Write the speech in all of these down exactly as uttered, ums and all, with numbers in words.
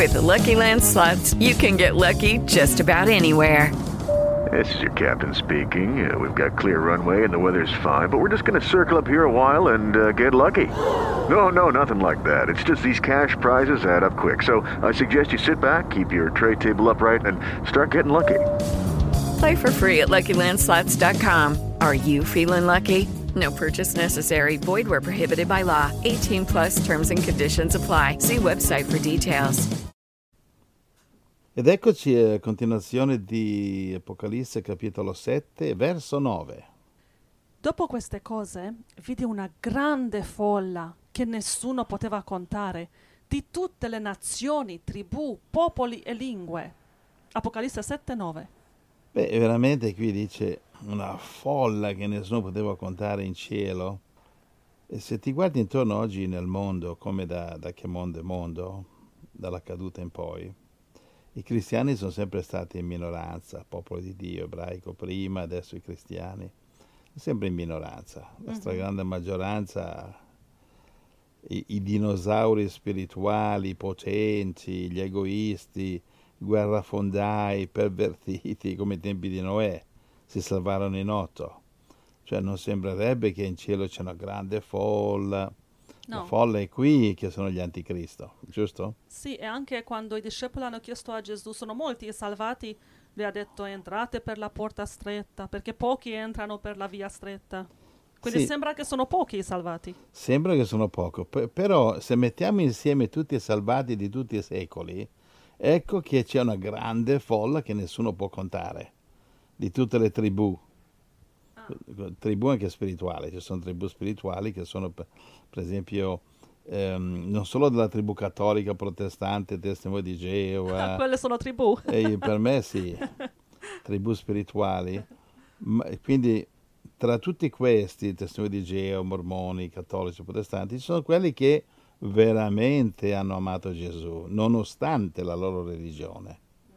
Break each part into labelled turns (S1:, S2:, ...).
S1: With Lucky Land Slots, you can get lucky just about anywhere.
S2: This is your captain speaking. Uh, we've got clear runway and the weather's fine, but we're just going to circle up here a while and uh, get lucky. No, no, nothing like that. It's just these cash prizes add up quick. So I suggest you sit back, keep your tray table upright, and start getting lucky.
S1: Play for free at Lucky Land Slots dot com. Are you feeling lucky? No purchase necessary. Void where prohibited by law. eighteen plus terms and conditions apply. See website for details.
S3: Ed eccoci a continuazione di Apocalisse capitolo sette, verso nove.
S4: Dopo queste cose vidi una grande folla che nessuno poteva contare, di tutte le nazioni, tribù, popoli e lingue. Apocalisse sette nove.
S3: Beh, veramente qui dice una folla che nessuno poteva contare in cielo. E se ti guardi intorno oggi nel mondo, come da, da che mondo è mondo, dalla caduta in poi, i cristiani sono sempre stati in minoranza, popolo di Dio, ebraico prima, adesso i cristiani, sempre in minoranza. La
S4: Mhm.
S3: stragrande maggioranza, i, i dinosauri spirituali, i potenti, gli egoisti, i guerrafondai, pervertiti, come ai tempi di Noè, si salvarono in otto. Cioè non sembrerebbe che in cielo c'è una grande folla. La
S4: No.
S3: folla è qui, che sono gli anticristo, giusto?
S4: Sì, e anche quando i discepoli hanno chiesto a Gesù, sono molti i salvati, lui ha detto entrate per la porta stretta, perché pochi entrano per la via stretta. Quindi
S3: Sì.
S4: sembra che sono pochi i salvati.
S3: Sembra che sono poco, pe- però se mettiamo insieme tutti i salvati di tutti i secoli, ecco che c'è una grande folla che nessuno può contare, di tutte le tribù. Tribù anche spirituali, ci sono tribù spirituali che sono per, per esempio ehm, non solo della tribù cattolica, protestante, testimone di Geova,
S4: Quelle sono tribù.
S3: e per me sì, tribù spirituali, ma, quindi tra tutti questi, testimoni di Geova, mormoni, cattolici, protestanti, ci sono quelli che veramente hanno amato Gesù, nonostante la loro religione,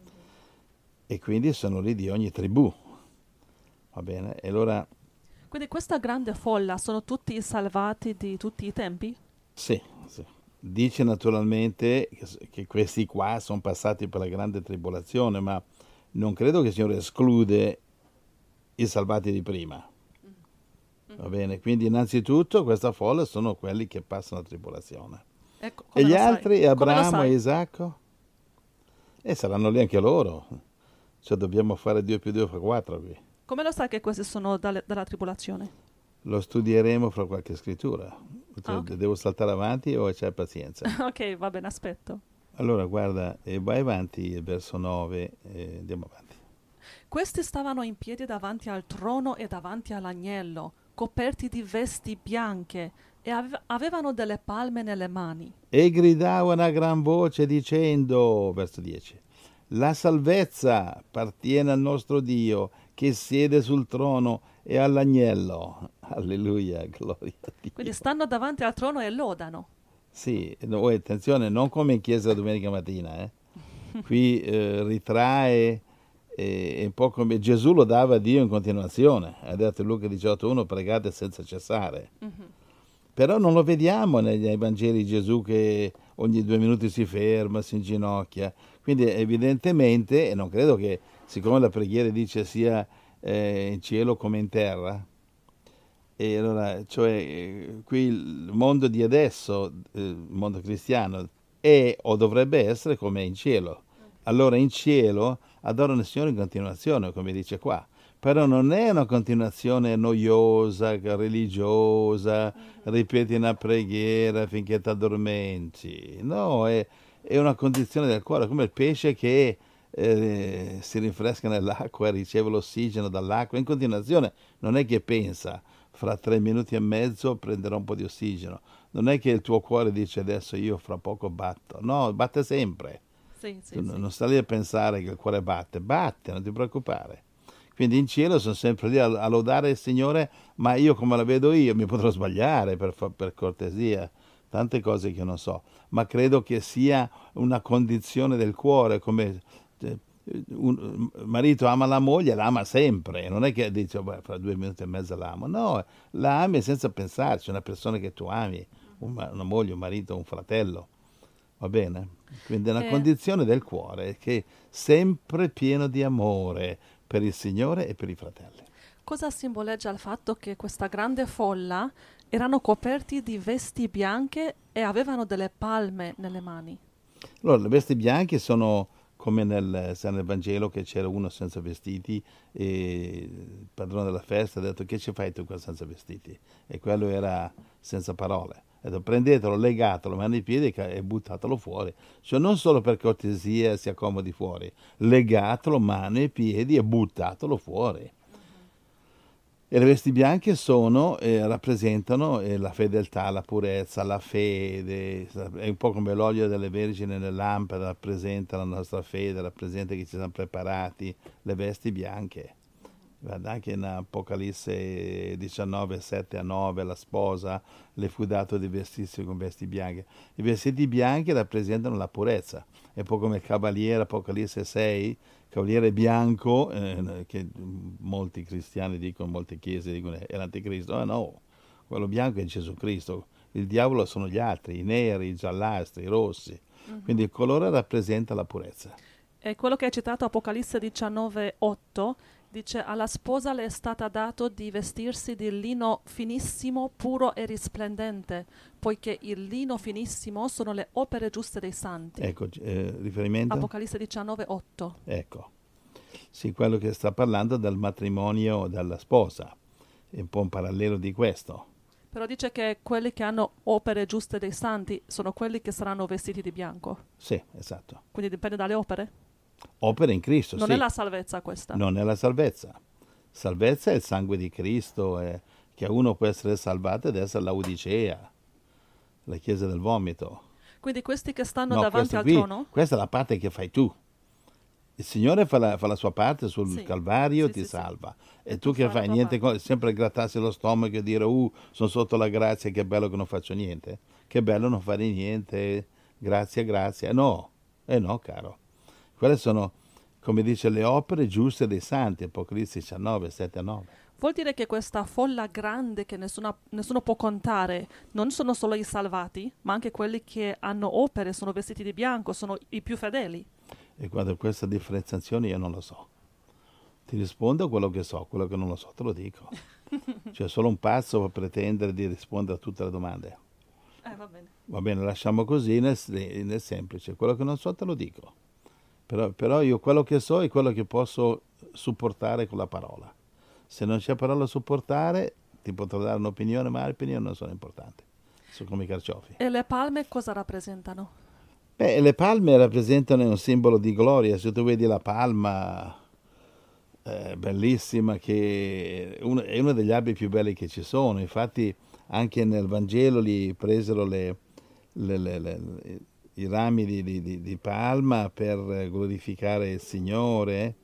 S3: e quindi sono lì di ogni tribù. Va bene, e allora
S4: Quindi questa grande folla sono tutti i salvati di tutti i tempi?
S3: sì, sì. Dice naturalmente che, che questi qua sono passati per la grande tribolazione, ma non credo che il Signore esclude i salvati di prima. Va bene, quindi innanzitutto questa folla sono quelli che passano la tribolazione.
S4: Ecco, come
S3: E gli
S4: lo sai?
S3: altri,
S4: Come lo
S3: Abramo
S4: sai?
S3: e Isacco? E saranno lì anche loro. Cioè dobbiamo fare due più due fa quattro qui.
S4: Come lo sai che questi sono dalle- dalla tribolazione?
S3: Lo studieremo fra qualche scrittura. Cioè,
S4: Ah, ok.
S3: devo saltare avanti o c'è pazienza?
S4: Ok, va bene, aspetto.
S3: Allora, guarda, eh, vai avanti, il verso nove, eh, andiamo avanti.
S4: Questi stavano in piedi davanti al trono e davanti all'agnello, coperti di vesti bianche, e ave- avevano delle palme nelle mani.
S3: E gridavano a gran voce dicendo, verso dieci, la salvezza appartiene al nostro Dio che siede sul trono e all'agnello. Alleluia, gloria a Dio.
S4: Quindi stanno davanti al trono e lodano.
S3: Sì, no, attenzione, non come in chiesa domenica mattina, eh. Qui eh, ritrae eh, un po' come Gesù lo dava a Dio in continuazione. Ha detto in Luca diciotto uno, pregate senza cessare.
S4: Mhm.
S3: Però non lo vediamo negli Vangeli di Gesù che ogni due minuti si ferma, si inginocchia. Quindi evidentemente, e non credo che, siccome la preghiera dice sia eh, in cielo come in terra, e allora, cioè, eh, qui il mondo di adesso, eh, il mondo cristiano, è o dovrebbe essere come in cielo. Allora in cielo adorano il Signore in continuazione, come dice qua. Però non è una continuazione noiosa, religiosa, ripeti una preghiera finché ti addormenti. No, è, è una condizione del cuore, come il pesce che eh, si rinfresca nell'acqua e riceve l'ossigeno dall'acqua in continuazione. Non è che pensa, fra tre minuti e mezzo prenderò un po' di ossigeno. Non è che il tuo cuore dice adesso io fra poco batto. No, batte sempre.
S4: Sì, sì,
S3: Tu
S4: sì.
S3: non stai lì a pensare che il cuore batte, batte, non ti preoccupare. Quindi in cielo sono sempre lì a, a lodare il Signore, ma io come la vedo io, mi potrò sbagliare per, fa- per cortesia, tante cose che non so, ma credo che sia una condizione del cuore, come eh, un un marito ama la moglie, la ama sempre, non è che dice "Beh, fra due minuti e mezzo l'amo", no, la ami senza pensarci, una persona che tu ami, un ma- una moglie, un marito, un fratello. Va bene? Quindi è una
S4: Eh.
S3: condizione del cuore che è sempre pieno di amore per il Signore e per i fratelli.
S4: Cosa simboleggia il fatto che questa grande folla erano coperti di vesti bianche e avevano delle palme nelle mani?
S3: Allora, le vesti bianche sono come nel, sai, nel Vangelo che c'era uno senza vestiti e il padrone della festa ha detto: che ci fai tu qua senza vestiti? E quello era senza parole. Ha detto: prendetelo, legatelo, mani e piedi e buttatelo fuori. Cioè non solo per cortesia si accomodi fuori, legatelo, mani e piedi e buttatelo fuori. E le vesti bianche sono, eh, rappresentano eh, la fedeltà, la purezza, la fede, è un po' come l'olio delle vergini nelle lampade, rappresenta la nostra fede, rappresenta che ci siamo preparati, le vesti bianche. Guarda, anche in Apocalisse diciannove, sette a nove, la sposa le fu dato di vestirsi con vesti bianchi. I vestiti bianchi rappresentano la purezza, è un po' come il cavaliere, Apocalisse sei, cavaliere bianco, eh, che molti cristiani dicono, molte chiese dicono è l'anticristo. Ah no, quello bianco è Gesù Cristo, il diavolo sono gli altri, i neri, i giallastri, i rossi. Mm-hmm. Quindi il colore rappresenta la purezza.
S4: E quello che hai citato, Apocalisse diciannove otto, dice: alla sposa le è stata dato di vestirsi di lino finissimo, puro e risplendente, poiché il lino finissimo sono le opere giuste dei santi.
S3: Ecco, eh, riferimento?
S4: Apocalisse diciannove otto.
S3: Ecco, sì, quello che sta parlando del matrimonio della sposa, è un po' un parallelo di questo.
S4: Però dice che quelli che hanno opere giuste dei santi sono quelli che saranno vestiti di bianco.
S3: Sì, esatto.
S4: Quindi dipende dalle opere?
S3: Opere in Cristo,
S4: non
S3: sì.
S4: è la salvezza questa.
S3: Non è la salvezza. Salvezza è il sangue di Cristo, è che uno può essere salvato ed essere l'Odicea, la chiesa del vomito.
S4: Quindi questi che stanno
S3: no,
S4: davanti al
S3: qui,
S4: trono?
S3: Questa è la parte che fai tu. Il Signore fa la, fa la sua parte sul
S4: sì.
S3: Calvario,
S4: sì,
S3: ti
S4: sì,
S3: salva.
S4: Sì.
S3: E,
S4: e
S3: tu, tu che fai? Niente,
S4: parte.
S3: sempre grattarsi lo stomaco e dire uh, sono sotto la grazia, che bello che non faccio niente. Che bello non fare niente, grazie, grazie. No, eh no, caro. Quelle sono, come dice, le opere giuste dei santi, Apocalisse diciannove, sette a nove.
S4: Vuol dire che questa folla grande che nessuna, nessuno può contare non sono solo i salvati, ma anche quelli che hanno opere, sono vestiti di bianco, sono i più fedeli.
S3: E guarda, questa differenziazione io non lo so. Ti rispondo quello che so, quello che non lo so te lo dico. Cioè solo un pazzo può pretendere di rispondere a tutte le domande.
S4: Eh, va bene.
S3: Va bene, lasciamo così nel, nel semplice. Quello che non so te lo dico. Però, però io quello che so è quello che posso supportare con la parola. Se non c'è parola a supportare, ti potrò dare un'opinione, ma le opinioni non sono importanti. Sono come i carciofi.
S4: E le palme cosa rappresentano?
S3: Beh, le palme rappresentano un simbolo di gloria. Se tu vedi la palma, eh, bellissima, che è uno, è uno degli alberi più belli che ci sono. Infatti anche nel Vangelo li presero le, le, le, le, i rami di, di, di palma per glorificare il Signore.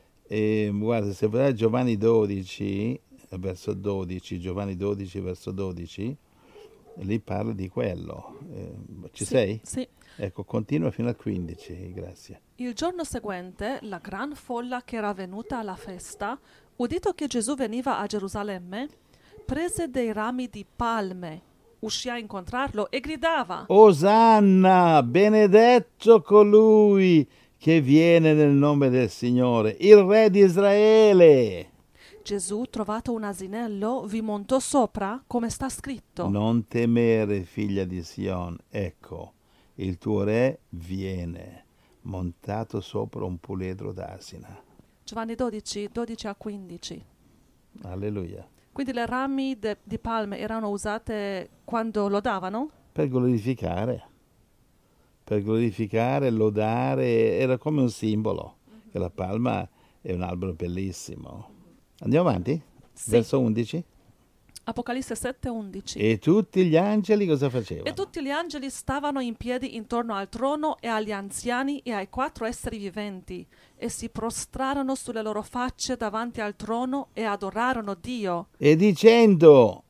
S3: E guarda, se vai a Giovanni dodici, verso dodici, Giovanni dodici, verso dodici, lì parla di quello. Eh, ci
S4: sì,
S3: sei?
S4: Sì.
S3: Ecco, continua fino al quindici, grazie.
S4: Il giorno seguente, la gran folla che era venuta alla festa, udito che Gesù veniva a Gerusalemme, prese dei rami di palme, uscì a incontrarlo e gridava:
S3: Osanna, benedetto colui che viene nel nome del Signore, il Re di Israele.
S4: Gesù, trovato un asinello, vi montò sopra, come sta scritto:
S3: non temere, figlia di Sion, ecco, il tuo Re viene, montato sopra un puledro d'asina.
S4: Giovanni dodici, dodici a quindici.
S3: Alleluia.
S4: Quindi le rami de, di palme erano usate quando lodavano?
S3: Per glorificare. Per glorificare, lodare, era come un simbolo, che la palma è un albero bellissimo. Andiamo avanti?
S4: Sì.
S3: Verso undici.
S4: Apocalisse sette undici.
S3: E tutti gli angeli cosa facevano?
S4: E tutti gli angeli stavano in piedi intorno al trono e agli anziani e ai quattro esseri viventi, e si prostrarono sulle loro facce davanti al trono e adorarono Dio.
S3: E dicendo: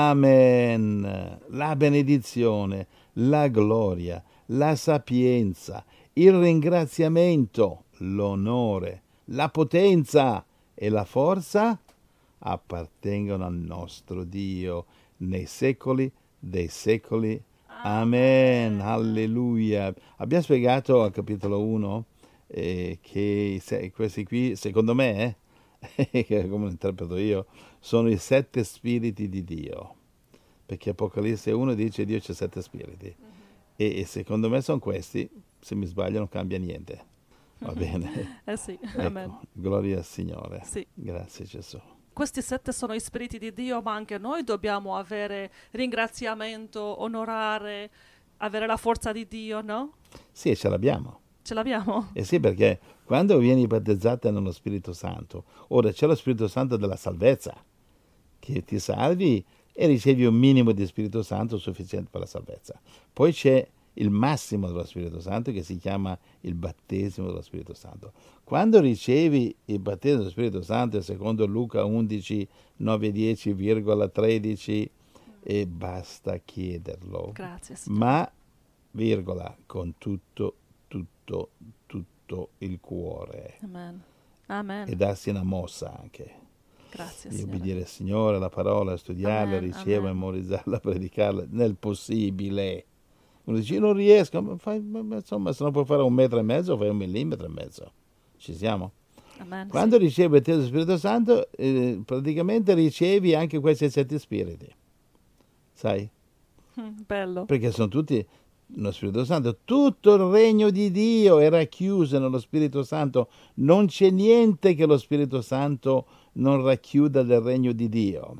S3: Amen, la benedizione, la gloria, la sapienza, il ringraziamento, l'onore, la potenza e la forza appartengono al nostro Dio nei secoli dei secoli. Amen, alleluia. Abbiamo spiegato al capitolo uno eh, che se, questi qui, secondo me, eh, che come lo interpreto io, sono i sette spiriti di Dio. Perché Apocalisse uno dice Dio c'è sette spiriti. Mm-hmm. E, e secondo me sono questi, se mi sbaglio non cambia niente. Va bene?
S4: Eh sì,
S3: ecco,
S4: amen.
S3: Gloria al Signore.
S4: Sì.
S3: Grazie Gesù.
S4: Questi sette sono i spiriti di Dio, ma anche noi dobbiamo avere ringraziamento, onorare, avere la forza di Dio, no?
S3: Sì, ce l'abbiamo.
S4: Ce l'abbiamo?
S3: Eh sì, perché quando vieni battezzata nello Spirito Santo, ora c'è lo Spirito Santo della salvezza, che ti salvi e ricevi un minimo di Spirito Santo sufficiente per la salvezza. Poi c'è il massimo dello Spirito Santo che si chiama il battesimo dello Spirito Santo. Quando ricevi il battesimo dello Spirito Santo, secondo Luca undici, nove, dieci, tredici, e basta chiederlo.
S4: Grazie, Signore.
S3: Ma, virgola, con tutto, tutto, tutto il cuore.
S4: Amen. Amen.
S3: E darsi una mossa anche.
S4: Grazie,
S3: Di
S4: Signore.
S3: obbedire al Signore, la parola, studiarla,
S4: Amen,
S3: ricevere,
S4: amen.
S3: memorizzarla, predicarla, nel possibile. Uno dice, io non riesco, ma fai, ma insomma, se non puoi fare un metro e mezzo, fai un millimetro e mezzo. Ci siamo?
S4: Amen,
S3: Quando
S4: sì.
S3: ricevi il Tesoro Spirito Santo, eh, praticamente ricevi anche questi sette spiriti. Sai?
S4: Mm, bello.
S3: Perché sono tutti lo Spirito Santo. Tutto il regno di Dio è racchiuso nello Spirito Santo. Non c'è niente che lo Spirito Santo non racchiuda del regno di Dio.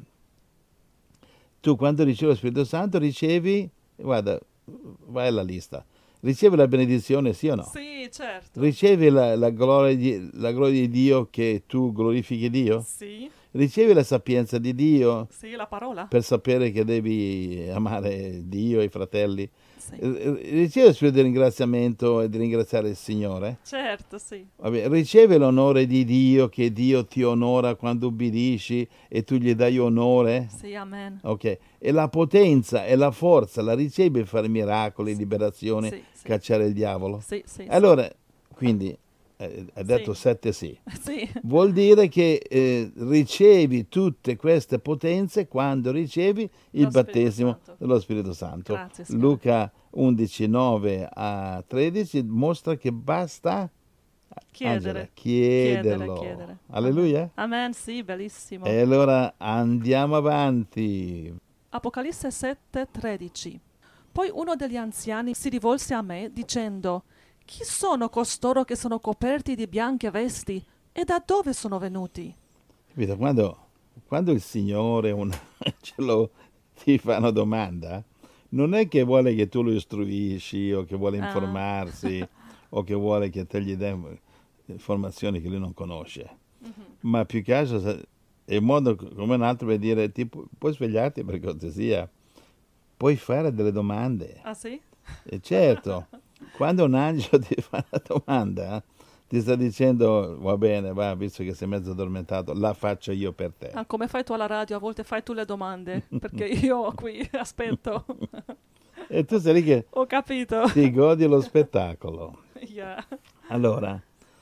S3: Tu quando ricevi lo Spirito Santo ricevi, guarda, vai alla lista, ricevi la benedizione, sì o no?
S4: Sì, certo.
S3: Ricevi la, la, gloria di, la gloria di Dio, che tu glorifichi Dio?
S4: Sì,
S3: Ricevi la sapienza di Dio
S4: sì, la parola.
S3: per sapere che devi amare Dio e i fratelli?
S4: Sì.
S3: Ricevi lo spirito di ringraziamento e di ringraziare il Signore?
S4: Certo, sì.
S3: Vabbè, ricevi l'onore di Dio, che Dio ti onora quando ubbidisci e tu gli dai onore?
S4: Sì, amen.
S3: Ok, e la potenza e la forza la ricevi per fare miracoli, liberazione,
S4: Sì, sì.
S3: cacciare il diavolo?
S4: Sì, sì.
S3: Allora, quindi, eh, hai detto
S4: Sì.
S3: sette sì.
S4: Sì.
S3: Vuol dire che eh, ricevi tutte queste potenze quando ricevi il
S4: Lo Spirito
S3: battesimo
S4: Santo.
S3: dello Spirito Santo.
S4: Grazie, Signore.
S3: Luca undici, nove a tredici mostra che basta
S4: Chiedere.
S3: Angela, chiederlo.
S4: Chiedere, chiedere.
S3: Alleluia.
S4: Amen, sì, bellissimo.
S3: E allora andiamo avanti.
S4: Apocalisse sette, tredici. Poi uno degli anziani si rivolse a me dicendo: chi sono costoro che sono coperti di bianche vesti e da dove sono venuti?
S3: Capito? Quando, quando il Signore un angelo ti fa una domanda, non è che vuole che tu lo istruisci o che vuole
S4: Ah.
S3: informarsi o che vuole che te gli dai informazioni che lui non conosce,
S4: Mhm.
S3: ma più che altro sa- è un modo come un altro per dire ti pu- puoi svegliarti per cortesia, puoi fare delle domande.
S4: Ah sì?
S3: E certo, quando un angelo ti fa una domanda, ti sta dicendo va bene, va, visto che sei mezzo addormentato, la faccio io per te.
S4: Ah, come fai tu alla radio? A volte fai tu le domande, perché io qui aspetto.
S3: E tu sei lì che
S4: Ho capito.
S3: ti godi lo spettacolo.
S4: Yeah.
S3: Allora,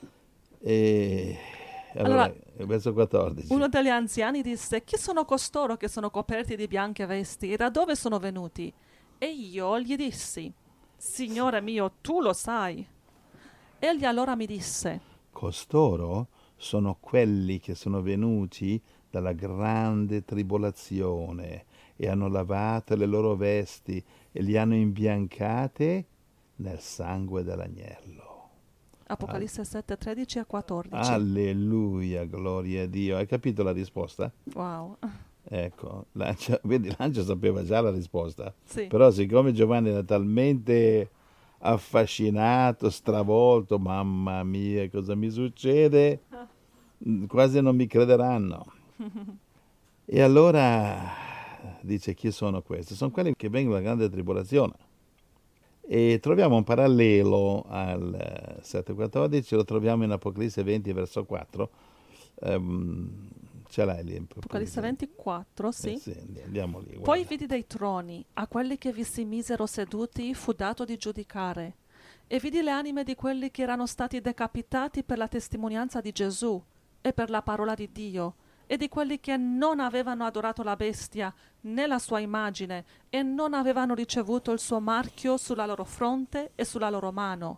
S3: eh, allora,
S4: Allora,
S3: verso quattordici.
S4: Uno degli anziani disse: chi sono costoro che sono coperti di bianche vesti e da dove sono venuti? E io gli dissi: Signore mio, tu lo sai. Egli allora mi disse:
S3: Costoro sono quelli che sono venuti dalla grande tribolazione e hanno lavato le loro vesti e li hanno imbiancate nel sangue dell'agnello.
S4: Apocalisse sette, tredici a quattordici.
S3: Alleluia, gloria a Dio. Hai capito la risposta?
S4: Wow.
S3: Ecco, l'angelo, vedi, l'angelo sapeva già la risposta,
S4: Sì.
S3: però siccome Giovanni era talmente affascinato, stravolto, mamma mia, cosa mi succede? Mm, Quasi non mi crederanno. E allora dice: chi sono questi? Sono quelli che vengono dalla grande tribolazione. E troviamo un parallelo al eh, sette quattordici, lo troviamo in Apocalisse venti, verso quattro. Ehm, ce l'hai lì?
S4: Apocalisse ventiquattro, sì.
S3: Eh sì, andiamo lì.
S4: Poi
S3: guarda.
S4: vidi dei troni, a quelli che vi si misero seduti fu dato di giudicare. E vidi le anime di quelli che erano stati decapitati per la testimonianza di Gesù e per la parola di Dio, e di quelli che non avevano adorato la bestia né la sua immagine e non avevano ricevuto il suo marchio sulla loro fronte e sulla loro mano.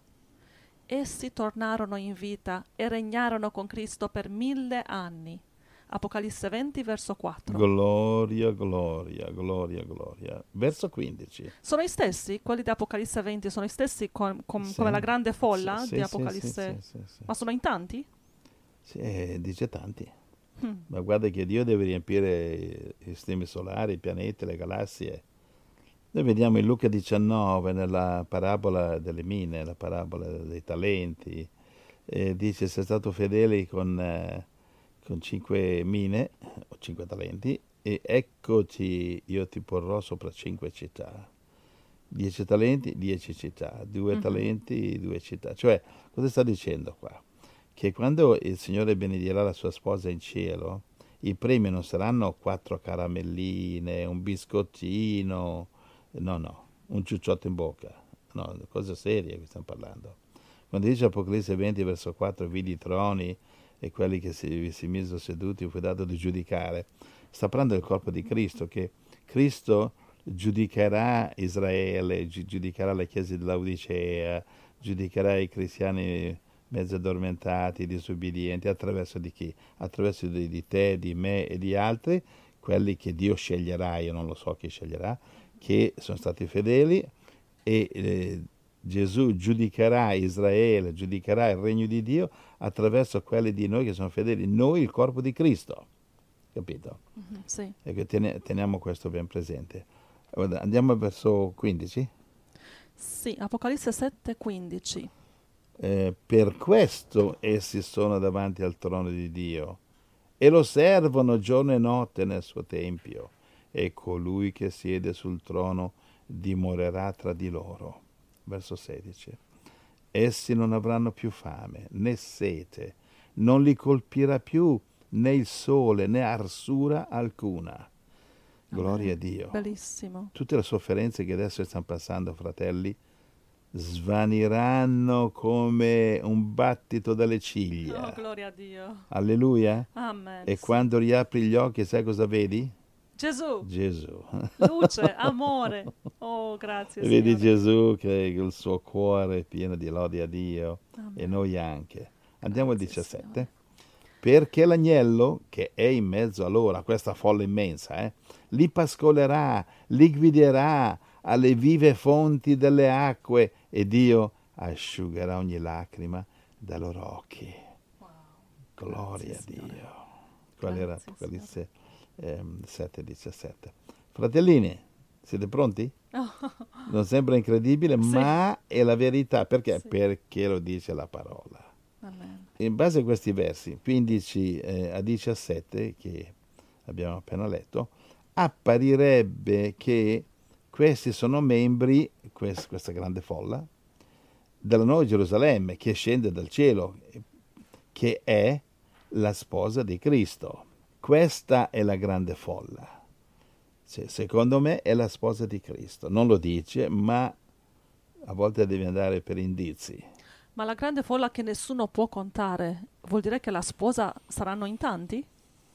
S4: Essi tornarono in vita e regnarono con Cristo per mille anni. Apocalisse venti, verso quattro.
S3: Gloria, gloria, gloria, gloria. Verso quindici.
S4: Sono i stessi? Quelli di Apocalisse venti sono i stessi com- com-
S3: Sì.
S4: come la grande folla
S3: Sì,
S4: di
S3: sì,
S4: Apocalisse?
S3: sì, sì, sì, sì.
S4: Ma sono in tanti?
S3: Sì, eh, dice tanti.
S4: Hmm.
S3: Ma guarda che Dio deve riempire i sistemi solari, i pianeti, le galassie. Noi vediamo in Luca diciannove, nella parabola delle mine, la parabola dei talenti, eh, dice: sei stato fedele con, eh, con cinque mine o cinque talenti, e eccoti, io ti porrò sopra cinque città. Dieci talenti, dieci città. Due
S4: Mhm.
S3: talenti, due città. Cioè, cosa sta dicendo qua? Che quando il Signore benedirà la sua sposa in cielo, i premi non saranno quattro caramelline, un biscottino, no, no, un ciucciotto in bocca, no, cose serie che stiamo parlando. Quando dice Apocalisse venti, verso quattro, vidi i troni e quelli che si, si misero seduti, fu dato di giudicare, sta parlando del corpo di Cristo, che Cristo giudicherà Israele, gi- giudicherà le chiese di Laodicea, giudicherà i cristiani mezzo addormentati, disubbidienti, attraverso di chi? Attraverso di, di te, di me e di altri, quelli che Dio sceglierà, io non lo so chi sceglierà, che sono stati fedeli, e eh, Gesù giudicherà Israele, giudicherà il regno di Dio attraverso quelli di noi che sono fedeli, noi il corpo di Cristo, capito?
S4: Mhm, sì.
S3: E tene, teniamo questo ben presente. Andiamo verso quindici.
S4: Sì, Apocalisse sette, quindici.
S3: Eh, per questo essi sono davanti al trono di Dio e lo servono giorno e notte nel suo tempio, e colui che siede sul trono dimorerà tra di loro. Verso sedici. Essi non avranno più fame né sete, non li colpirà più né il sole né arsura alcuna. Gloria a Dio.
S4: Bellissimo.
S3: Tutte le sofferenze che adesso stanno passando, fratelli, svaniranno come un battito dalle ciglia.
S4: Oh, gloria a Dio.
S3: Alleluia.
S4: Amen.
S3: E
S4: sì.
S3: quando riapri gli occhi, sai cosa vedi?
S4: Gesù,
S3: Gesù.
S4: luce, amore. Oh, grazie,
S3: E vedi
S4: Signore.
S3: Gesù che il suo cuore è pieno di lodi a Dio,
S4: Amen.
S3: e noi anche. Andiamo al
S4: Grazie,
S3: diciassette.
S4: Signore.
S3: Perché l'agnello, che è in mezzo a loro, a questa folla immensa, eh, li pascolerà, li guiderà alle vive fonti delle acque, e Dio asciugherà ogni lacrima dai loro occhi.
S4: Wow.
S3: Gloria
S4: Grazie,
S3: a
S4: Signore.
S3: Dio. Qual era
S4: Grazie,
S3: Apocalisse ehm, sette diciassette. Fratellini, siete pronti?
S4: Oh.
S3: Non sembra incredibile,
S4: Sì.
S3: ma è la verità. Perché?
S4: Sì.
S3: Perché lo dice la parola.
S4: Amen.
S3: In base a questi versi, quindici eh, a diciassette, che abbiamo appena letto, apparirebbe che questi sono membri, quest- questa grande folla, della Nuova Gerusalemme, che scende dal cielo, che è la sposa di Cristo. Questa è la grande folla. Cioè, secondo me è la sposa di Cristo. Non lo dice, ma a volte devi andare per indizi.
S4: Ma la grande folla che nessuno può contare, vuol dire che la sposa saranno in tanti?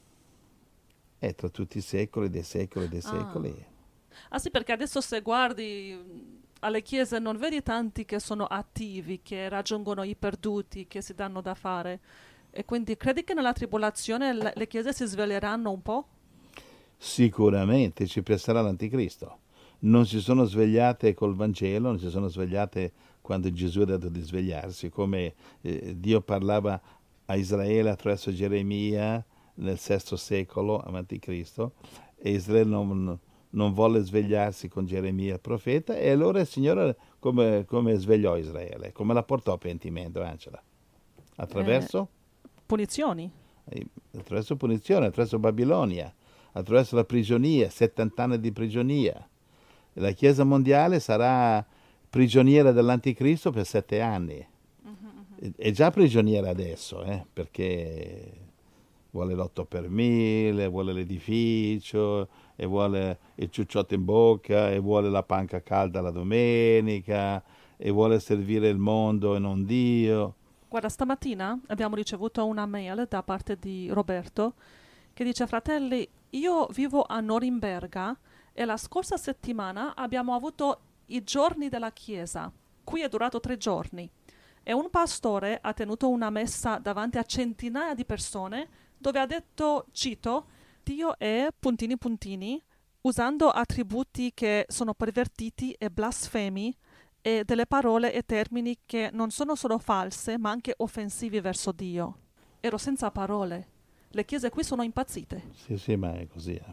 S3: È tra tutti i secoli dei secoli dei
S4: Ah.
S3: secoli.
S4: Ah sì, perché adesso se guardi mh, alle chiese non vedi tanti che sono attivi, che raggiungono i perduti, che si danno da fare. E quindi credi che nella tribolazione le, le chiese si sveglieranno un po'?
S3: Sicuramente ci penserà l'anticristo. Non si sono svegliate col Vangelo, non si sono svegliate quando Gesù ha detto di svegliarsi, come eh, Dio parlava a Israele attraverso Geremia nel sesto secolo avanti Cristo, e Israele non, non volle svegliarsi con Geremia il profeta, e allora il Signore come, come svegliò Israele, come la portò a pentimento, Angela? Attraverso?
S4: Punizioni?
S3: Eh, attraverso punizione, attraverso Babilonia, attraverso la prigionia, settanta anni di prigionia. La Chiesa mondiale sarà prigioniera dell'Anticristo per sette anni. È- È già prigioniera adesso, eh, perché vuole l'otto per mille, vuole l'edificio, e vuole il ciucciotto in bocca, e vuole la panca calda la domenica, e vuole servire il mondo e non Dio.
S4: Guarda, stamattina abbiamo ricevuto una mail da parte di Roberto che dice: fratelli, io vivo a Norimberga e la scorsa settimana abbiamo avuto i giorni della chiesa. Qui è durato tre giorni e un pastore ha tenuto una messa davanti a centinaia di persone dove ha detto, cito, Dio è puntini puntini, usando attributi che sono pervertiti e blasfemi e delle parole e termini che non sono solo false ma anche offensivi verso Dio. Ero senza parole. Le chiese qui sono impazzite.
S3: Sì, sì, ma è così. Eh.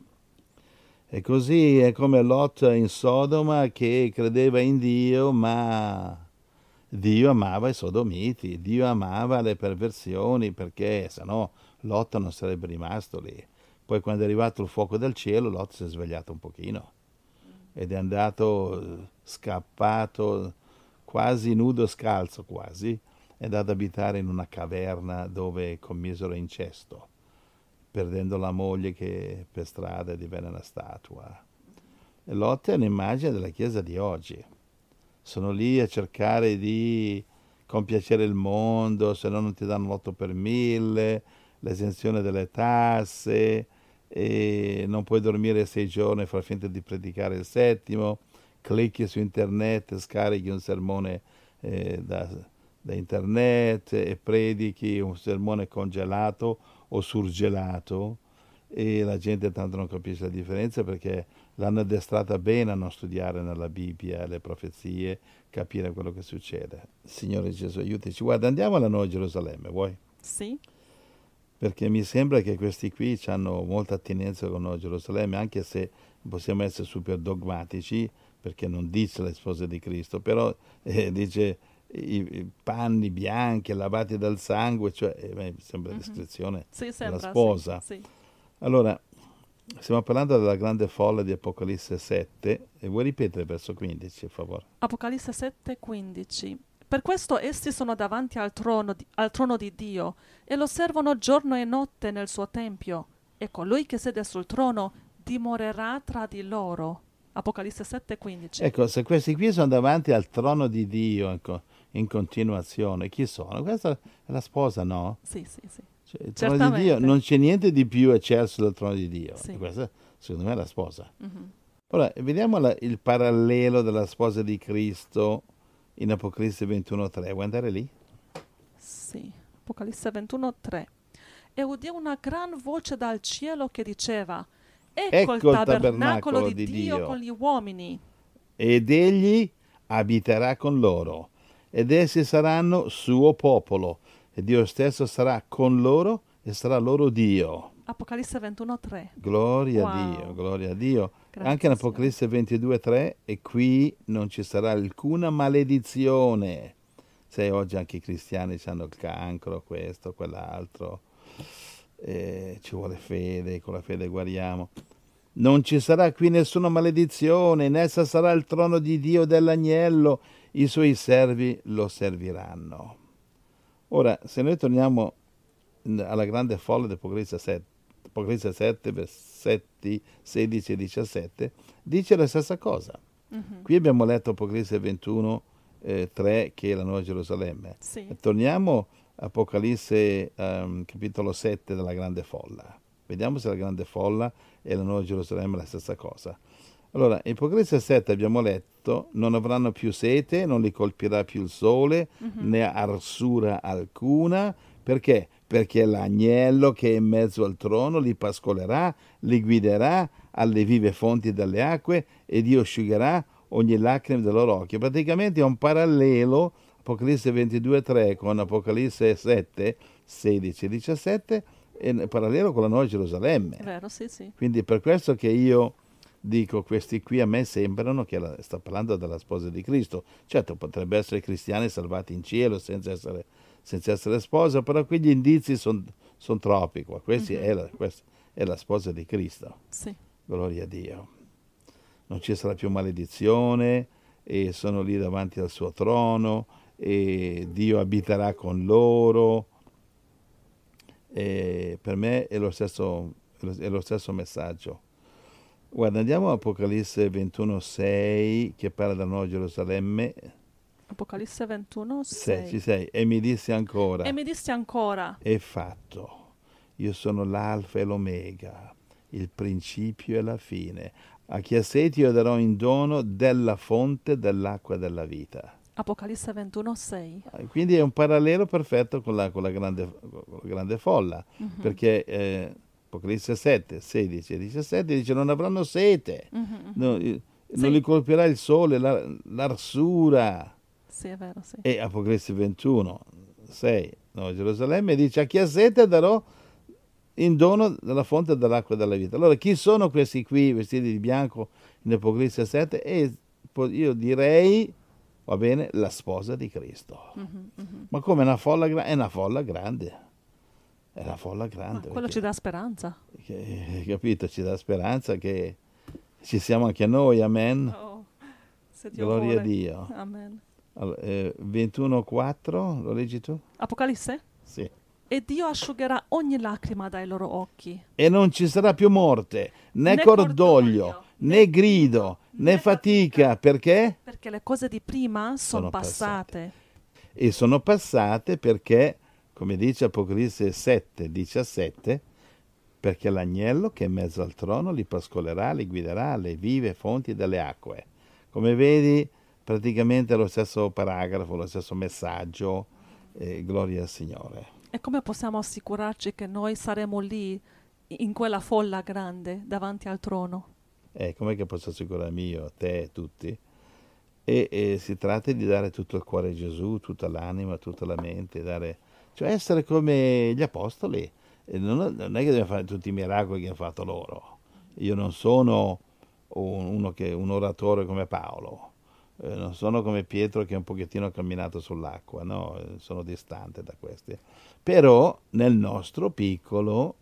S3: È così, è come Lot in Sodoma che credeva in Dio, ma Dio amava i sodomiti, Dio amava le perversioni, perché se no Lot non sarebbe rimasto lì. Poi quando è arrivato il fuoco del cielo, Lot si è svegliato un pochino ed è andato scappato, quasi nudo, scalzo quasi, è andato ad abitare in una caverna dove commisero incesto, perdendo la moglie che per strada divenne una statua. E Lot è un'immagine della Chiesa di oggi. Sono lì a cercare di compiacere il mondo, se no non ti danno l'otto per mille, l'esenzione delle tasse, e non puoi dormire sei giorni e far finta di predicare il settimo, clicchi su internet, scarichi un sermone eh, da, da internet e predichi un sermone congelato o surgelato, e la gente tanto non capisce la differenza perché l'hanno addestrata bene a non studiare nella Bibbia le profezie, capire quello che succede. Signore Gesù, aiutaci. Guarda, andiamo alla Nuova Gerusalemme, vuoi?
S4: Sì.
S3: Perché mi sembra che questi qui hanno molta attinenza con Nuova Gerusalemme, anche se possiamo essere super dogmatici, perché non dice le spose di Cristo, però eh, dice i, i panni bianchi lavati dal sangue, cioè eh, mi sembra la descrizione
S4: Sì,
S3: della
S4: sembra,
S3: sposa.
S4: sì, sì.
S3: Allora, stiamo parlando della grande folla di Apocalisse sette, e vuoi ripetere il verso quindici, per favore?
S4: Apocalisse sette, quindici. Per questo essi sono davanti al trono, di, al trono di Dio e lo servono giorno e notte nel suo tempio, e colui che siede sul trono dimorerà tra di loro. Apocalisse sette, quindici.
S3: Ecco, se questi qui sono davanti al trono di Dio in, co- in continuazione, chi sono? Questa è la sposa, no?
S4: Sì, sì, sì.
S3: Cioè, il trono di Dio,
S4: Certamente.
S3: non c'è niente di più eccelso del trono di Dio.
S4: Sì.
S3: E questa, secondo me, è la sposa.
S4: Mhm.
S3: Ora, vediamo la- il parallelo della sposa di Cristo in Apocalisse ventuno tre. Vuoi andare lì?
S4: Sì. Apocalisse ventuno, tre. E udì una gran voce dal cielo che diceva: Ecco,
S3: Ecco
S4: il tabernacolo di,
S3: di
S4: Dio,
S3: Dio.
S4: con gli uomini.
S3: Ed egli abiterà con loro, ed essi saranno suo popolo, e Dio stesso sarà con loro e sarà loro Dio.
S4: Apocalisse ventuno, tre.
S3: Gloria
S4: Wow.
S3: a Dio, gloria a Dio.
S4: Grazie,
S3: Anche in Apocalisse ventidue tre, e qui non ci sarà alcuna maledizione. Sai, oggi anche i cristiani hanno il cancro, questo, quell'altro, eh, ci vuole fede, con la fede guariamo. Non ci sarà qui nessuna maledizione, in essa sarà il trono di Dio e dell'agnello, i suoi servi lo serviranno. Ora, se noi torniamo alla grande folla di Apocalisse sette, Apocalisse sette, versetti sedici e diciassette, dice la stessa cosa.
S4: Mhm.
S3: Qui abbiamo letto Apocalisse ventuno, eh, tre, che è la Nuova Gerusalemme.
S4: Sì.
S3: E torniamo a Apocalisse ehm, capitolo sette della grande folla. Vediamo se la grande folla e la Nuova Gerusalemme è la stessa cosa. Allora, in Apocalisse sette abbiamo letto: non avranno più sete, non li colpirà più il sole,
S4: Mhm.
S3: né arsura alcuna. Perché? Perché l'agnello che è in mezzo al trono li pascolerà, li guiderà alle vive fonti delle acque, e Dio asciugherà ogni lacrima del loro occhio. Praticamente è un parallelo, Apocalisse ventidue tre con Apocalisse sette, sedici e diciassette, è un parallelo con la Nuova Gerusalemme.
S4: È vero, sì, sì.
S3: Quindi per questo che io dico, questi qui a me sembrano che la, sta parlando della sposa di Cristo. Certo, potrebbe essere cristiani salvati in cielo senza essere, senza essere sposa, però qui gli indizi sono son troppi qua. Questi
S4: Mhm.
S3: è, la, questa è la sposa di Cristo.
S4: Sì.
S3: Gloria a Dio. Non ci sarà più maledizione, e sono lì davanti al suo trono, e Dio abiterà con loro. E per me è lo stesso, è lo stesso messaggio. Guarda, andiamo a Apocalisse ventuno sei, che parla della Nuova Gerusalemme.
S4: Apocalisse ventuno,
S3: Se,
S4: sei.
S3: ci sei. E mi disse ancora:
S4: E mi disse ancora:
S3: è fatto. io sono l'alfa e l'omega, il principio e la fine. A chi ha sete io darò in dono della fonte dell'acqua della vita.
S4: Apocalisse ventuno sei.
S3: Quindi è un parallelo perfetto con la, con la, grande, con la grande folla,
S4: Mhm.
S3: perché eh, Apocalisse sette, sedici e diciassette dice non avranno sete,
S4: Mhm,
S3: no,
S4: mhm.
S3: eh,
S4: Sì.
S3: non li colpirà il sole, la- l'arsura.
S4: Sì, è vero, sì.
S3: E Apocalisse ventuno, sei, no, Gerusalemme dice a chi ha sete darò in dono della fonte dell'acqua della vita. Allora chi sono questi qui vestiti di bianco in Apocalisse sette? E po- io direi, va bene, la sposa di Cristo.
S4: Mhm, mhm.
S3: Ma come una folla grande? È una folla grande. È una folla
S4: Ma
S3: grande.
S4: quello ci
S3: perché-
S4: dà speranza.
S3: che- capito? Ci dà speranza che ci siamo anche noi, amen.
S4: Oh, se Dio
S3: Gloria
S4: vuole.
S3: a Dio.
S4: Amen.
S3: Allora, eh, ventuno quattro, lo leggi tu?
S4: Apocalisse?
S3: Sì.
S4: E Dio asciugherà ogni lacrima dai loro occhi.
S3: E non ci sarà più morte, né,
S4: Né
S3: cordoglio,
S4: cordoglio,
S3: né
S4: né
S3: grido, né
S4: né
S3: fatica.
S4: fatica.
S3: Perché?
S4: Perché le cose di prima sono
S3: Sono passate.
S4: passate.
S3: E sono passate perché, come dice Apocalisse sette, diciassette, perché l'agnello che è in mezzo al trono li pascolerà, li guiderà alle vive fonti delle acque. Come vedi, praticamente è lo stesso paragrafo, lo stesso messaggio, eh, gloria al Signore.
S4: E come possiamo assicurarci che noi saremo lì, in quella folla grande, davanti al trono?
S3: Eh, com'è che posso assicurarmi io, te, tutti? E, e si tratta di dare tutto il cuore a Gesù, tutta l'anima, tutta la mente, dare, cioè essere come gli apostoli. E non, non è che dobbiamo fare tutti i miracoli che hanno fatto loro. Io non sono un, uno che, un oratore come Paolo, eh, non sono come Pietro che un pochettino ha camminato sull'acqua, no? Eh, sono distante da questi. Però nel nostro piccolo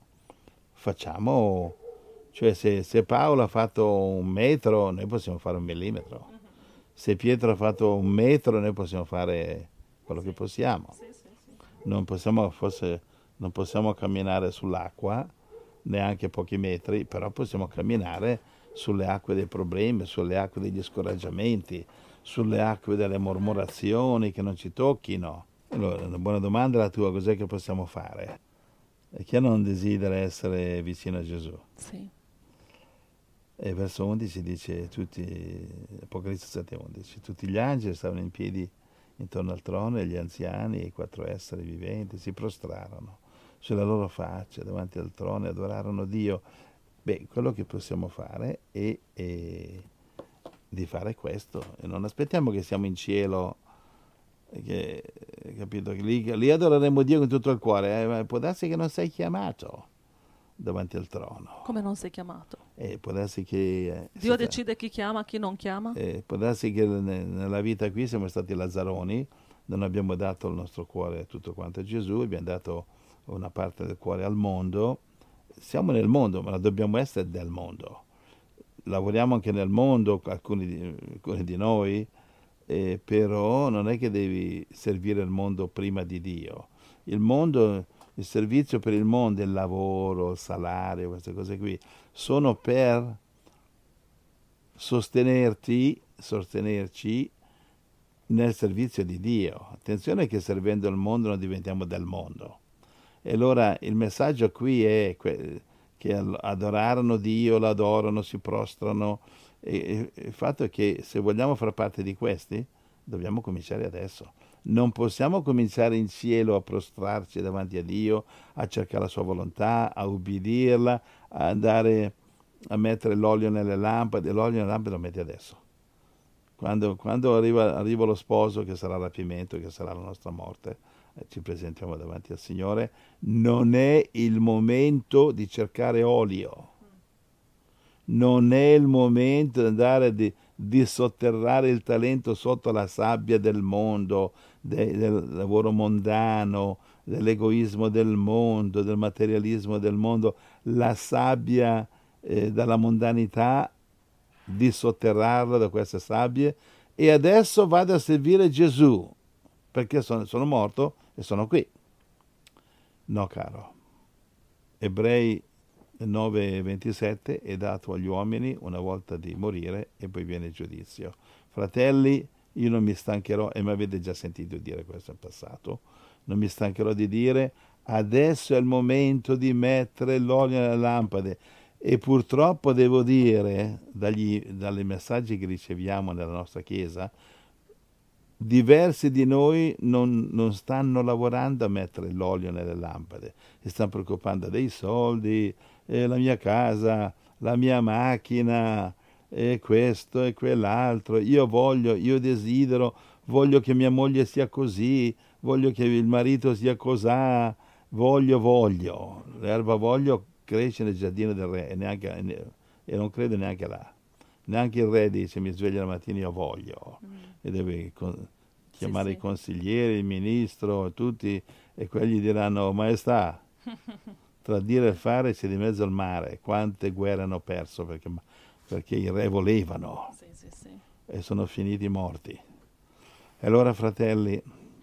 S3: facciamo, cioè se, se Paolo ha fatto un metro, noi possiamo fare un millimetro. Se Pietro ha fatto un metro, noi possiamo fare quello che possiamo. Non possiamo, forse, non possiamo camminare sull'acqua, neanche pochi metri, però possiamo camminare sulle acque dei problemi, sulle acque degli scoraggiamenti, sulle acque delle mormorazioni che non ci tocchino. Allora, una buona domanda la tua, cos'è che possiamo fare? E chi non desidera essere vicino a Gesù?
S4: Sì.
S3: E verso undici dice, tutti, Apocalisse sette undici, tutti gli angeli stavano in piedi intorno al trono e gli anziani e i quattro esseri viventi si prostrarono sulla loro faccia davanti al trono e adorarono Dio. Beh, quello che possiamo fare è, è di fare questo e non aspettiamo che siamo in cielo, che, capito? Che lì, lì adoreremo Dio con tutto il cuore, eh, ma può darsi che non sei chiamato davanti al trono.
S4: Come non sei chiamato?
S3: E può darsi che eh,
S4: Dio
S3: si fa-
S4: decide chi chiama, chi non chiama?
S3: eh, può darsi che ne- nella vita qui siamo stati lazzaroni, non abbiamo dato il nostro cuore tutto quanto a Gesù, abbiamo dato una parte del cuore al mondo. Siamo nel mondo, ma dobbiamo essere del mondo. Lavoriamo anche nel mondo, alcuni di, alcuni di noi, eh, però non è che devi servire il mondo prima di Dio. Il mondo, il servizio per il mondo, il lavoro, il salario, queste cose qui, sono per sostenerti, sostenerci nel servizio di Dio. Attenzione che servendo il mondo non diventiamo del mondo. E allora il messaggio qui è que- che adorarono Dio, l'adorano, si prostrano. E, e il fatto è che se vogliamo far parte di questi, dobbiamo cominciare adesso. Non possiamo cominciare in cielo a prostrarci davanti a Dio, a cercare la sua volontà, a ubbidirla, a andare a mettere l'olio nelle lampade. L'olio nelle lampade lo metti adesso. Quando, quando arriva, arriva lo sposo, che sarà il rapimento, che sarà la nostra morte, eh, ci presentiamo davanti al Signore. Non è il momento di cercare olio. Non è il momento di andare di, di sotterrare il talento sotto la sabbia del mondo, de, del lavoro mondano, dell'egoismo del mondo, del materialismo del mondo, la sabbia eh, dalla mondanità, di sotterrarla da queste sabbie, e adesso vado a servire Gesù perché sono, sono morto e sono qui. No, caro. Ebrei nove ventisette è dato agli uomini una volta di morire e poi viene il giudizio. Fratelli, io non mi stancherò, e mi avete già sentito dire questo in passato, non mi stancherò di dire, Adesso è il momento di mettere l'olio nelle lampade. E purtroppo devo dire, dagli, dai messaggi che riceviamo nella nostra Chiesa, diversi di noi non, non stanno lavorando a mettere l'olio nelle lampade, si stanno preoccupando dei soldi, eh, la mia casa, la mia macchina, e questo e quell'altro. Io voglio, io desidero, voglio che mia moglie sia così, voglio che il marito sia cosà, voglio, voglio. L'erba voglio cresce nel giardino del re e, neanche, e non credo neanche là. Neanche il re dice mi sveglio la mattina io voglio mm. e deve con, chiamare sì, i consiglieri, il ministro, tutti, e quelli diranno maestà, tra dire e fare c'è di mezzo il mare. Quante guerre hanno perso perché, perché i re volevano
S4: sì, sì, sì.
S3: e sono finiti morti. E allora fratelli,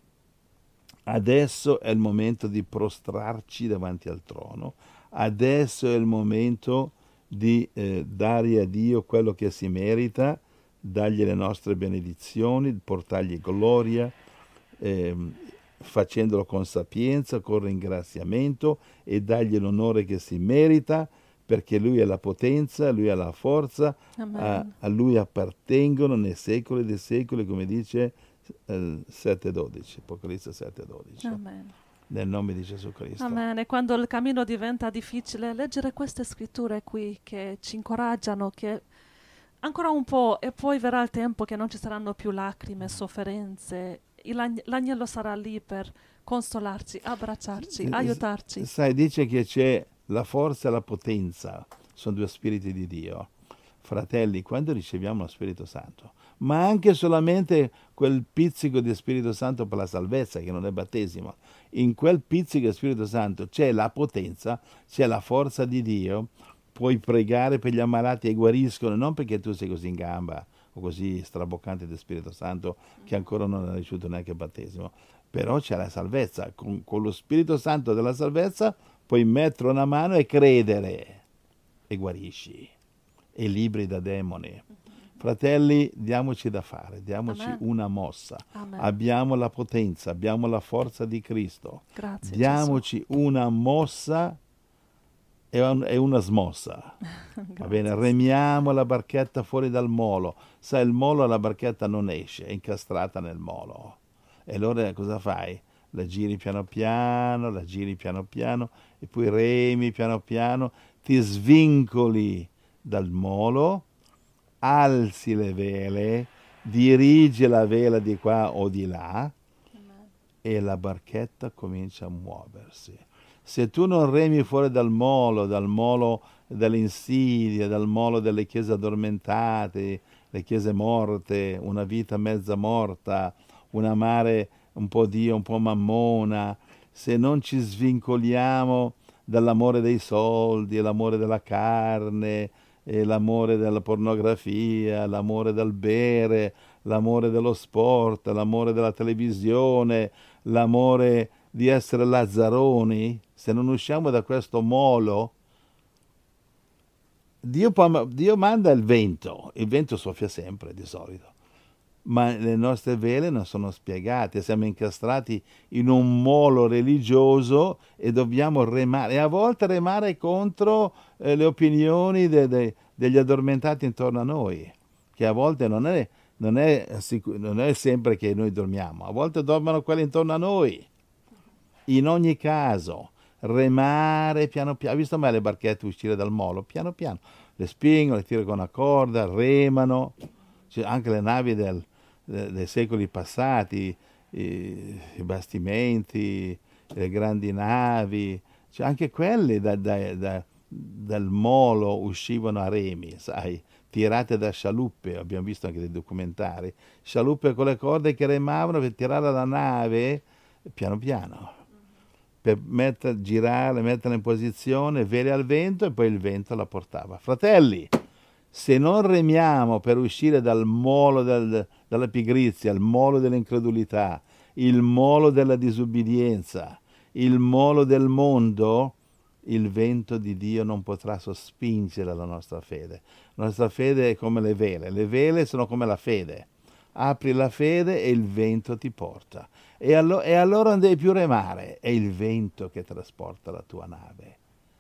S3: adesso è il momento di prostrarci davanti al trono, adesso è il momento di eh, dare a Dio quello che si merita, dargli le nostre benedizioni, portargli gloria, eh, facendolo con sapienza, con ringraziamento, e dargli l'onore che si merita, perché Lui è la potenza, Lui è la forza, a, a Lui appartengono nei secoli dei secoli, come dice eh, sette dodici, Apocalisse sette dodici.
S4: Amen.
S3: Nel nome di Gesù Cristo.
S4: Amen. E quando il cammino diventa difficile, leggere queste scritture qui che ci incoraggiano, che ancora un po' e poi verrà il tempo che non ci saranno più lacrime, sofferenze. L'ag- l'agnello sarà lì per consolarci, abbracciarci, aiutarci.
S3: Sai, dice che c'è la forza e la potenza, sono due spiriti di Dio. Fratelli, quando riceviamo lo Spirito Santo, ma anche solamente quel pizzico di Spirito Santo per la salvezza, che non è battesimo, in quel pizzico di Spirito Santo c'è la potenza, c'è la forza di Dio, puoi pregare per gli ammalati e guariscono, non perché tu sei così in gamba o così straboccante di Spirito Santo che ancora non hai ricevuto neanche il battesimo, però c'è la salvezza, con, con lo Spirito Santo della salvezza puoi mettere una mano e credere e guarisci, e liberi da demoni. Fratelli, diamoci da fare, diamoci Amen. Una mossa.
S4: Amen.
S3: Abbiamo la potenza, abbiamo la forza di Cristo.
S4: Grazie,
S3: diamoci
S4: Gesù.
S3: Una mossa e, un, e una smossa. Va bene, remiamo la barchetta fuori dal molo. Sai, il molo, la barchetta non esce, è incastrata nel molo. E allora cosa fai? La giri piano piano, la giri piano piano, e poi remi piano piano, ti svincoli dal molo, alzi le vele, dirigi la vela di qua o di là, Amen. E la barchetta comincia a muoversi. Se tu non remi fuori dal molo, dal molo delle insidie, dal molo delle chiese addormentate, le chiese morte, una vita mezza morta, un amare un po' Dio, un po' mammona, se non ci svincoliamo dall'amore dei soldi, l'amore della carne, e l'amore della pornografia, l'amore del bere, l'amore dello sport, l'amore della televisione, l'amore di essere lazzaroni, se non usciamo da questo molo, Dio, può, Dio manda il vento, il vento soffia sempre di solito, ma le nostre vele non sono spiegate, siamo incastrati in un molo religioso e dobbiamo remare, e a volte remare contro eh, le opinioni de, de, degli addormentati intorno a noi, che a volte non è, non, è, non è sempre che noi dormiamo, a volte dormono quelli intorno a noi. In ogni caso, remare piano piano, hai visto mai le barchette uscire dal molo? Piano piano, le spingono, le tirano con una corda, remano. Cioè, anche le navi del, de, dei secoli passati, i, i bastimenti, le grandi navi, cioè anche quelle da, da, da, dal molo uscivano a remi, sai, tirate da scialuppe, abbiamo visto anche dei documentari, scialuppe con le corde che remavano per tirare la nave piano piano, per mettere, girare, metterla in posizione, vele al vento, e poi il vento la portava. Fratelli, se non remiamo per uscire dal molo del, della pigrizia, il molo dell'incredulità, il molo della disubbidienza, il molo del mondo, il vento di Dio non potrà sospingere la nostra fede. La nostra fede è come le vele, le vele sono come la fede. Apri la fede e il vento ti porta. E, allo- e allora non devi più remare, è il vento che trasporta la tua nave.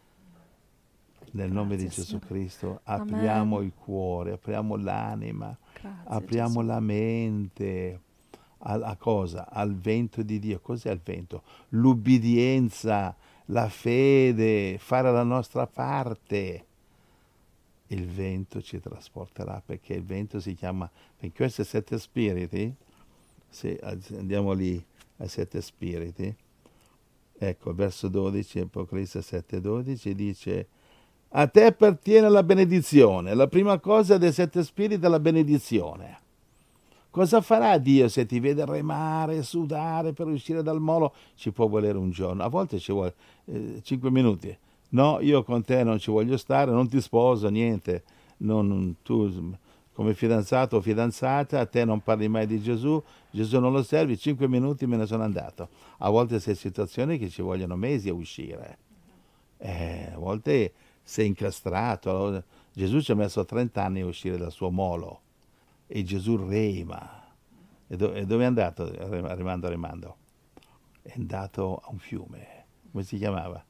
S3: Nel nome di
S4: Grazie,
S3: Gesù
S4: Signore.
S3: Cristo
S4: Amen.
S3: apriamo il cuore, apriamo l'anima,
S4: Grazie,
S3: apriamo
S4: Gesù.
S3: la mente a, a cosa? Al vento di Dio. Cos'è il vento? L'ubbidienza, la fede, fare la nostra parte. Il vento ci trasporterà, perché il vento si chiama, in questi sette spiriti, se andiamo lì ai sette spiriti, ecco, verso dodici, Apocalisse sette dodici, dice: a te appartiene la benedizione. La prima cosa dei sette spiriti è la benedizione. Cosa farà Dio se ti vede remare, sudare per uscire dal molo? Ci può volere un giorno, a volte ci vuole eh, cinque minuti. No, io con te non ci voglio stare, non ti sposo, niente. Non, tu come fidanzato o fidanzata, a te non parli mai di Gesù, Gesù non lo servi, cinque minuti me ne sono andato. A volte sei in situazioni che ci vogliono mesi a uscire. Eh, a volte sei incastrato. Gesù ci ha messo trenta anni a uscire dal suo molo e Gesù rema. E, do- e dove è andato remando remando? È andato a un fiume. Come si chiamava?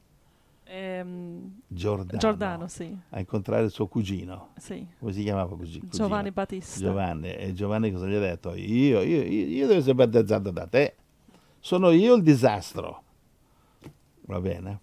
S4: Ehm,
S3: Giordano.
S4: Giordano, sì.
S3: A incontrare il suo cugino.
S4: Sì.
S3: Come si chiamava cugino?
S4: Giovanni Battista.
S3: Giovanni. E Giovanni cosa gli ha detto? Io, io, io, io devo essere battezzato da te. Sono io il disastro. Va bene?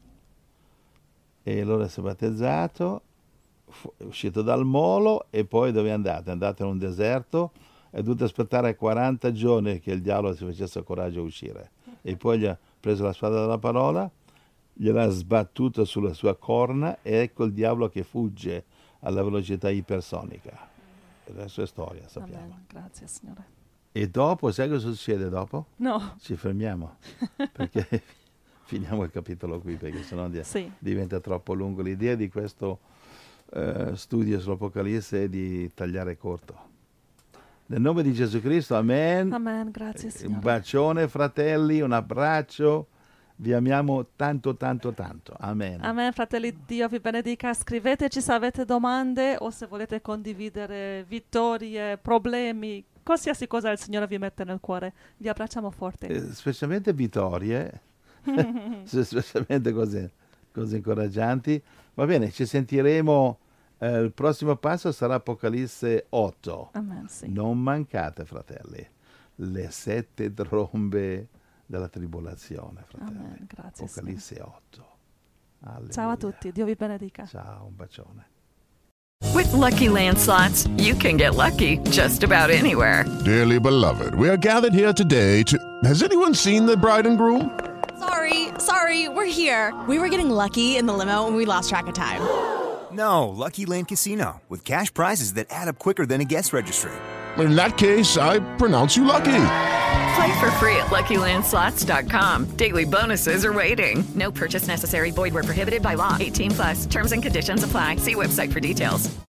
S3: E allora si è battezzato, fu- è uscito dal molo e poi dove è andato? È andato in un deserto, è dovuto aspettare quaranta giorni che il diavolo si facesse coraggio a uscire. E poi gli ha preso la spada della parola, gliel'ha sbattuta sulla sua corna e ecco il diavolo che fugge alla velocità ipersonica. Adesso è storia, sappiamo.
S4: Amen. Grazie, Signore.
S3: E dopo, sai cosa succede dopo?
S4: No.
S3: Ci fermiamo, perché finiamo il capitolo qui, perché sennò di-
S4: Sì.
S3: diventa troppo lungo. L'idea di questo eh, studio sull'Apocalisse è di tagliare corto. Nel nome di Gesù Cristo, amen.
S4: Amen. Grazie,
S3: Un
S4: Signore.
S3: bacione, fratelli, un abbraccio. Vi amiamo tanto, tanto, tanto. Amen.
S4: Amen, fratelli, Dio vi benedica. Scriveteci se avete domande o se volete condividere vittorie, problemi, qualsiasi cosa il Signore vi mette nel cuore. Vi abbracciamo forte.
S3: Eh, specialmente vittorie, specialmente cose, cose incoraggianti. Va bene, ci sentiremo. Eh, il prossimo passo sarà Apocalisse otto.
S4: Amen, sì.
S3: Non mancate, fratelli, le sette trombe della tribolazione, fratelli.
S4: Amen, grazie,
S3: Apocalisse otto. Alleluia.
S4: Ciao a tutti, Dio vi benedica.
S3: Ciao, un bacione.
S1: With Lucky Land Slots, you can get lucky just about anywhere.
S5: Dearly beloved, we are gathered here today to... Has anyone seen the bride and groom?
S6: Sorry, sorry, we're here. We were getting lucky in the limo and we lost track of time.
S7: No, Lucky Land Casino, with cash prizes that add up quicker than a guest registry.
S5: In that case, I pronounce you lucky.
S1: Play for free at Lucky Land Slots dot com. Daily bonuses are waiting. No purchase necessary. Void where prohibited by law. eighteen plus. Terms and conditions apply. See website for details.